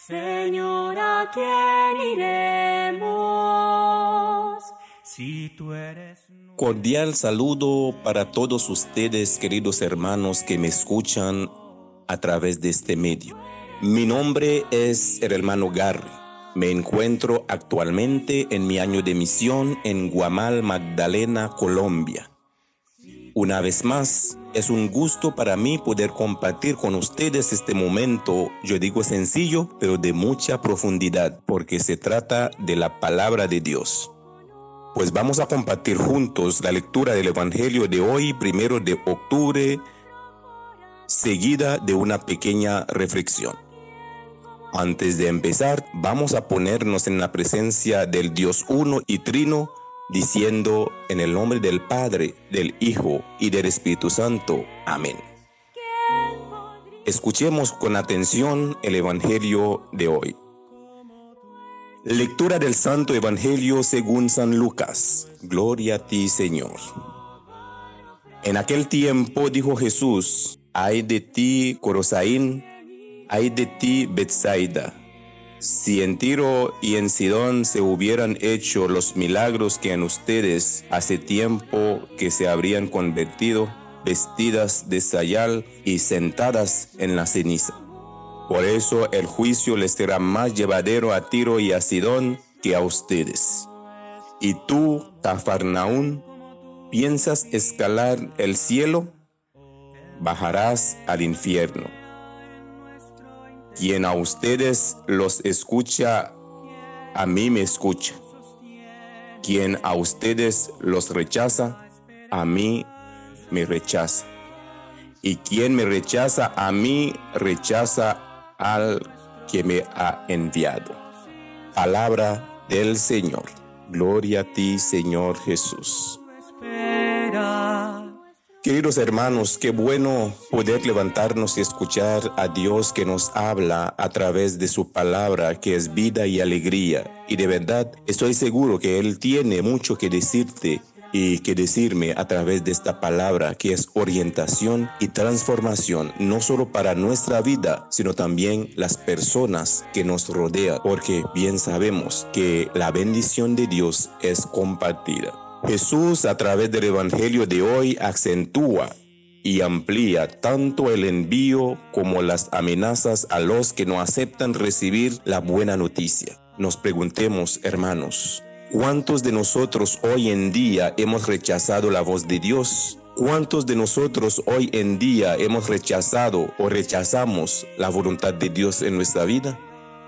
Señor, ¿a quién iremos? Si tú eres... Cordial saludo para todos ustedes, queridos hermanos que me escuchan a través de este medio. Mi nombre es el hermano Garry. Me encuentro actualmente en mi año de misión en Guamal, Magdalena, Colombia. Una vez más, es un gusto para mí poder compartir con ustedes este momento, yo digo sencillo, pero de mucha profundidad, porque se trata de la palabra de Dios. Pues vamos a compartir juntos la lectura del Evangelio de hoy, 1 de octubre, seguida de una pequeña reflexión. Antes de empezar, vamos a ponernos en la presencia del Dios uno y trino, diciendo en el nombre del Padre, del Hijo y del Espíritu Santo. Amén. Escuchemos con atención el Evangelio de hoy. Lectura del Santo Evangelio según San Lucas. Gloria a ti, Señor. En aquel tiempo dijo Jesús: ay de ti, Corosaín, ay de ti, Betsaida. Si en Tiro y en Sidón se hubieran hecho los milagros que en ustedes hace tiempo que se habrían convertido, vestidas de sayal y sentadas en la ceniza. Por eso el juicio les será más llevadero a Tiro y a Sidón que a ustedes. Y tú, Cafarnaún, ¿piensas escalar el cielo? Bajarás al infierno. Quien a ustedes los escucha, a mí me escucha. Quien a ustedes los rechaza, a mí me rechaza. Y quien me rechaza a mí, rechaza al que me ha enviado. Palabra del Señor. Gloria a ti, Señor Jesús. Queridos hermanos, qué bueno poder levantarnos y escuchar a Dios que nos habla a través de su palabra, que es vida y alegría. Y de verdad, estoy seguro que Él tiene mucho que decirte y que decirme a través de esta palabra, que es orientación y transformación, no solo para nuestra vida, sino también las personas que nos rodean, porque bien sabemos que la bendición de Dios es compartida. Jesús, a través del Evangelio de hoy, acentúa y amplía tanto el envío como las amenazas a los que no aceptan recibir la buena noticia. Nos preguntemos, hermanos, ¿cuántos de nosotros hoy en día hemos rechazado la voz de Dios? ¿Cuántos de nosotros hoy en día hemos rechazado o rechazamos la voluntad de Dios en nuestra vida?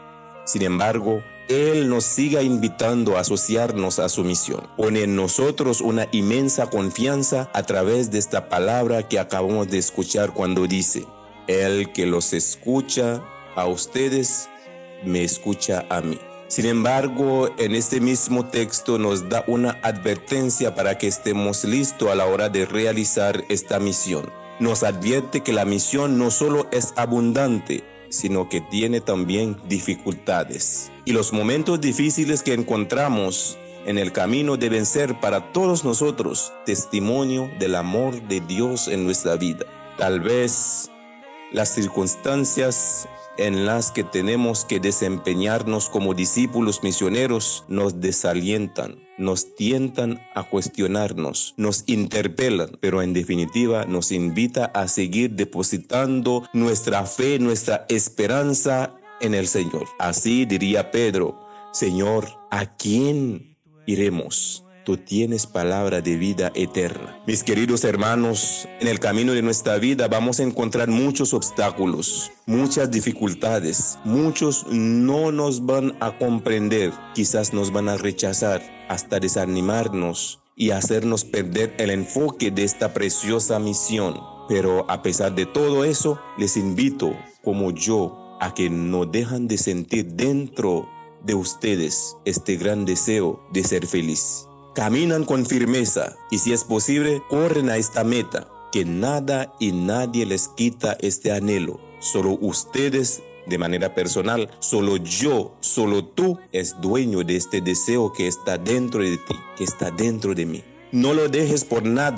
Sin embargo, Él nos sigue invitando a asociarnos a su misión. Pone en nosotros una inmensa confianza a través de esta palabra que acabamos de escuchar cuando dice: el que los escucha a ustedes, me escucha a mí. Sin embargo, en este mismo texto nos da una advertencia para que estemos listos a la hora de realizar esta misión. Nos advierte que la misión no solo es abundante, sino que tiene también dificultades. Y los momentos difíciles que encontramos en el camino deben ser para todos nosotros testimonio del amor de Dios en nuestra vida. Tal vez las circunstancias en las que tenemos que desempeñarnos como discípulos misioneros nos desalientan, nos tientan a cuestionarnos, nos interpelan, pero en definitiva nos invita a seguir depositando nuestra fe, nuestra esperanza en el Señor. Así diría Pedro: Señor, ¿a quién iremos? Tú tienes palabra de vida eterna. Mis queridos hermanos, en el camino de nuestra vida vamos a encontrar muchos obstáculos, muchas dificultades. Muchos no nos van a comprender, quizás nos van a rechazar, hasta desanimarnos y hacernos perder el enfoque de esta preciosa misión. Pero a pesar de todo eso, les invito, como yo, a que no dejan de sentir dentro de ustedes este gran deseo de ser feliz. Caminan con firmeza y, si es posible, corren a esta meta, que nada y nadie les quita este anhelo. Solo ustedes, de manera personal, solo yo, solo tú, es dueño de este deseo que está dentro de ti, que está dentro de mí. No lo dejes por nada,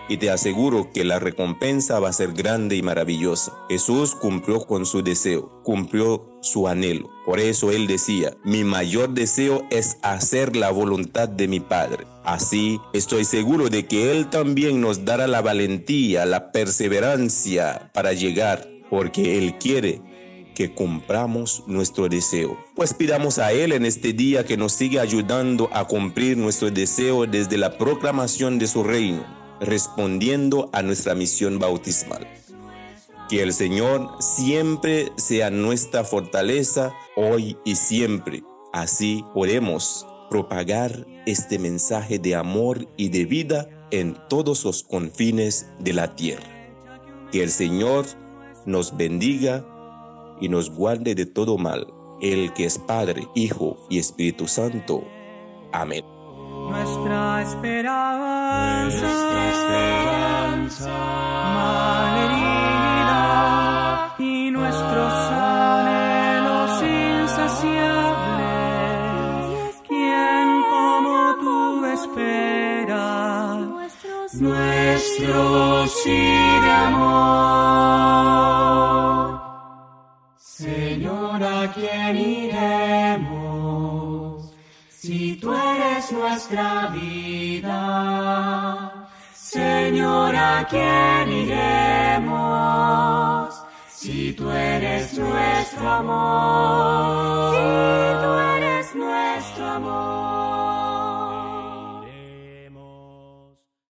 y te aseguro que la recompensa va a ser grande y maravillosa. Jesús cumplió con su deseo, cumplió su anhelo. Por eso él decía, mi mayor deseo es hacer la voluntad de mi Padre. Así estoy seguro de que él también nos dará la valentía, la perseverancia para llegar, porque él quiere que cumplamos nuestro deseo. Pues pidamos a Él en este día que nos siga ayudando a cumplir nuestro deseo desde la proclamación de su reino, respondiendo a nuestra misión bautismal. Que el Señor siempre sea nuestra fortaleza, hoy y siempre. Así podemos propagar este mensaje de amor y de vida en todos los confines de la tierra. Que el Señor nos bendiga y nos guarde de todo mal, el que es Padre, Hijo y Espíritu Santo. Amén. Nuestra esperanza, malherida, y nuestros anhelos insaciables. ¿Quién como tú espera nuestro sí de amor? Señor, ¿a quién iremos si tú eres nuestra vida? Señor, ¿a quién iremos si tú eres nuestro amor?